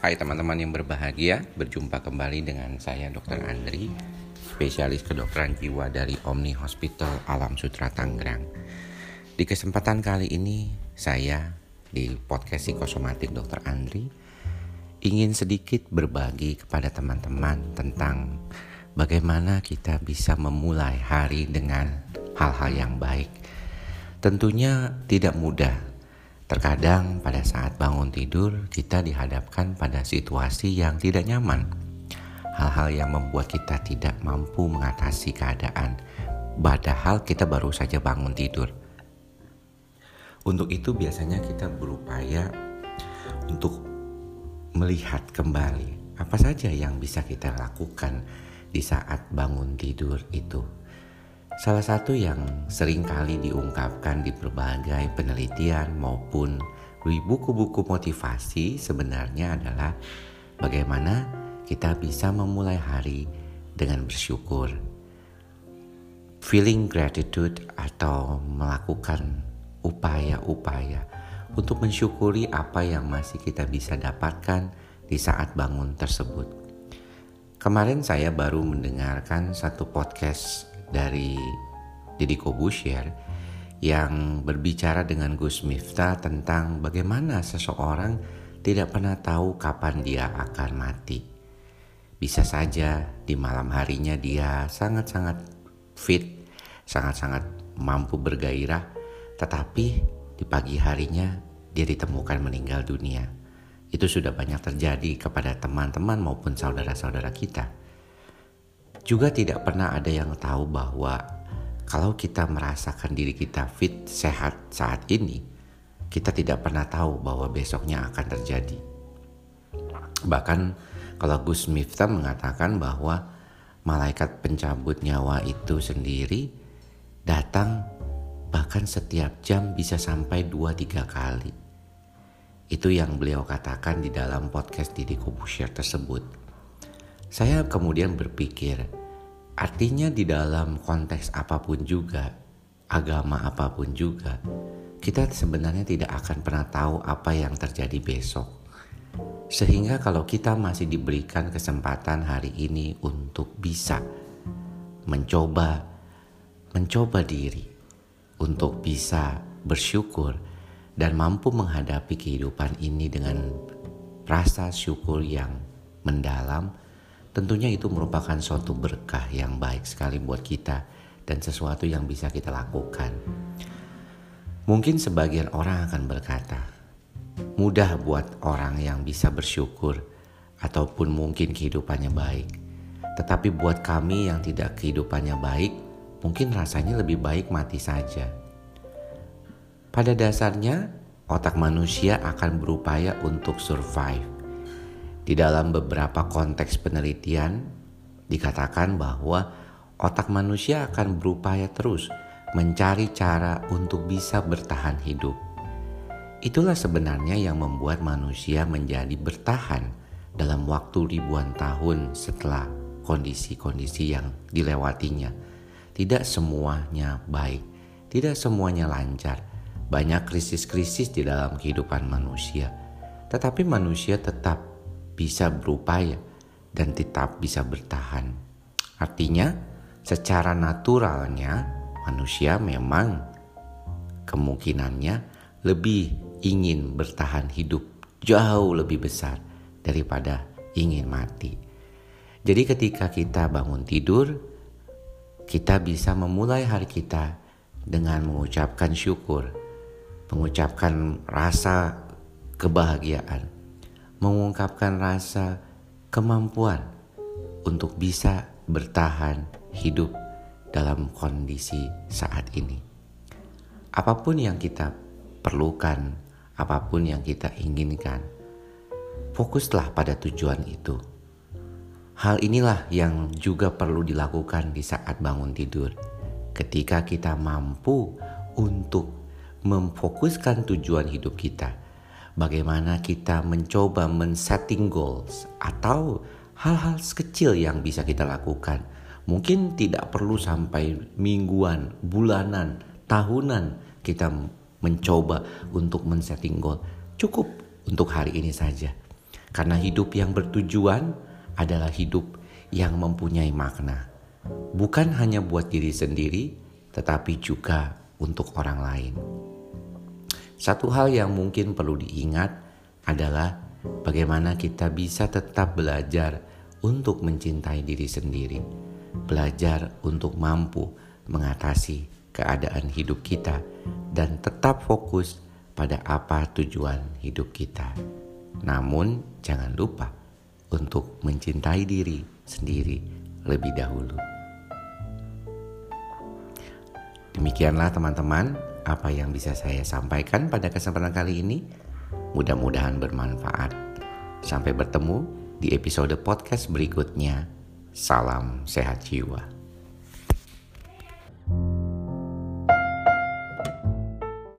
Hai teman-teman yang berbahagia, berjumpa kembali dengan saya Dr. Andri, spesialis kedokteran jiwa dari Omni Hospital Alam Sutera Tangerang. Di kesempatan kali ini, saya di podcast psikosomatik Dr. Andri ingin sedikit berbagi kepada teman-teman tentang bagaimana kita bisa memulai hari dengan hal-hal yang baik. Tentunya tidak mudah. Terkadang pada saat bangun tidur kita dihadapkan pada situasi yang tidak nyaman. Hal-hal yang membuat kita tidak mampu mengatasi keadaan, padahal kita baru saja bangun tidur. Untuk itu biasanya kita berupaya untuk melihat kembali apa saja yang bisa kita lakukan di saat bangun tidur itu. Salah satu yang sering kali diungkapkan di berbagai penelitian maupun di buku-buku motivasi sebenarnya adalah bagaimana kita bisa memulai hari dengan bersyukur. Feeling gratitude atau melakukan upaya-upaya untuk mensyukuri apa yang masih kita bisa dapatkan di saat bangun tersebut. Kemarin saya baru mendengarkan satu podcast dari Deddy Corbuzier yang berbicara dengan Gus Miftah tentang bagaimana seseorang tidak pernah tahu kapan dia akan mati. Bisa saja di malam harinya dia sangat-sangat fit, sangat-sangat mampu bergairah, tetapi di pagi harinya dia ditemukan meninggal dunia. Itu sudah banyak terjadi kepada teman-teman maupun saudara-saudara kita. Juga tidak pernah ada yang tahu bahwa kalau kita merasakan diri kita fit, sehat saat ini, kita tidak pernah tahu bahwa besoknya akan terjadi. Bahkan kalau Gus Miftah mengatakan bahwa malaikat pencabut nyawa itu sendiri datang bahkan setiap jam bisa sampai 2-3 kali. Itu yang beliau katakan di dalam podcast Deddy Corbuzier tersebut. Saya kemudian berpikir, artinya di dalam konteks apapun juga, agama apapun juga, kita sebenarnya tidak akan pernah tahu apa yang terjadi besok. Sehingga kalau kita masih diberikan kesempatan hari ini untuk bisa mencoba diri, untuk bisa bersyukur dan mampu menghadapi kehidupan ini dengan rasa syukur yang mendalam, tentunya itu merupakan suatu berkah yang baik sekali buat kita dan sesuatu yang bisa kita lakukan. Mungkin sebagian orang akan berkata, mudah buat orang yang bisa bersyukur ataupun mungkin kehidupannya baik. Tetapi buat kami yang tidak kehidupannya baik, mungkin rasanya lebih baik mati saja. Pada dasarnya, otak manusia akan berupaya untuk survive. Di dalam beberapa konteks penelitian dikatakan bahwa otak manusia akan berupaya terus mencari cara untuk bisa bertahan hidup. Itulah sebenarnya yang membuat manusia menjadi bertahan dalam waktu ribuan tahun setelah kondisi-kondisi yang dilewatinya. Tidak semuanya baik, tidak semuanya lancar. Banyak krisis-krisis di dalam kehidupan manusia. Tetapi manusia tetap bisa berupaya dan tetap bisa bertahan. Artinya, secara naturalnya manusia memang kemungkinannya lebih ingin bertahan hidup jauh lebih besar daripada ingin mati. Jadi ketika kita bangun tidur, kita bisa memulai hari kita dengan mengucapkan syukur, mengucapkan rasa kebahagiaan, mengungkapkan rasa kemampuan untuk bisa bertahan hidup dalam kondisi saat ini. Apapun yang kita perlukan, apapun yang kita inginkan, fokuslah pada tujuan itu. Hal inilah yang juga perlu dilakukan di saat bangun tidur. Ketika kita mampu untuk memfokuskan tujuan hidup kita, bagaimana kita mencoba men-setting goals atau hal-hal kecil yang bisa kita lakukan. Mungkin tidak perlu sampai mingguan, bulanan, tahunan kita mencoba untuk men-setting goal. Cukup untuk hari ini saja. Karena hidup yang bertujuan adalah hidup yang mempunyai makna. Bukan hanya buat diri sendiri, tetapi juga untuk orang lain. Satu hal yang mungkin perlu diingat adalah bagaimana kita bisa tetap belajar untuk mencintai diri sendiri. Belajar untuk mampu mengatasi keadaan hidup kita dan tetap fokus pada apa tujuan hidup kita. Namun jangan lupa untuk mencintai diri sendiri lebih dahulu. Demikianlah teman-teman apa yang bisa saya sampaikan pada kesempatan kali ini. Mudah-mudahan bermanfaat. Sampai bertemu di episode podcast berikutnya. Salam sehat jiwa.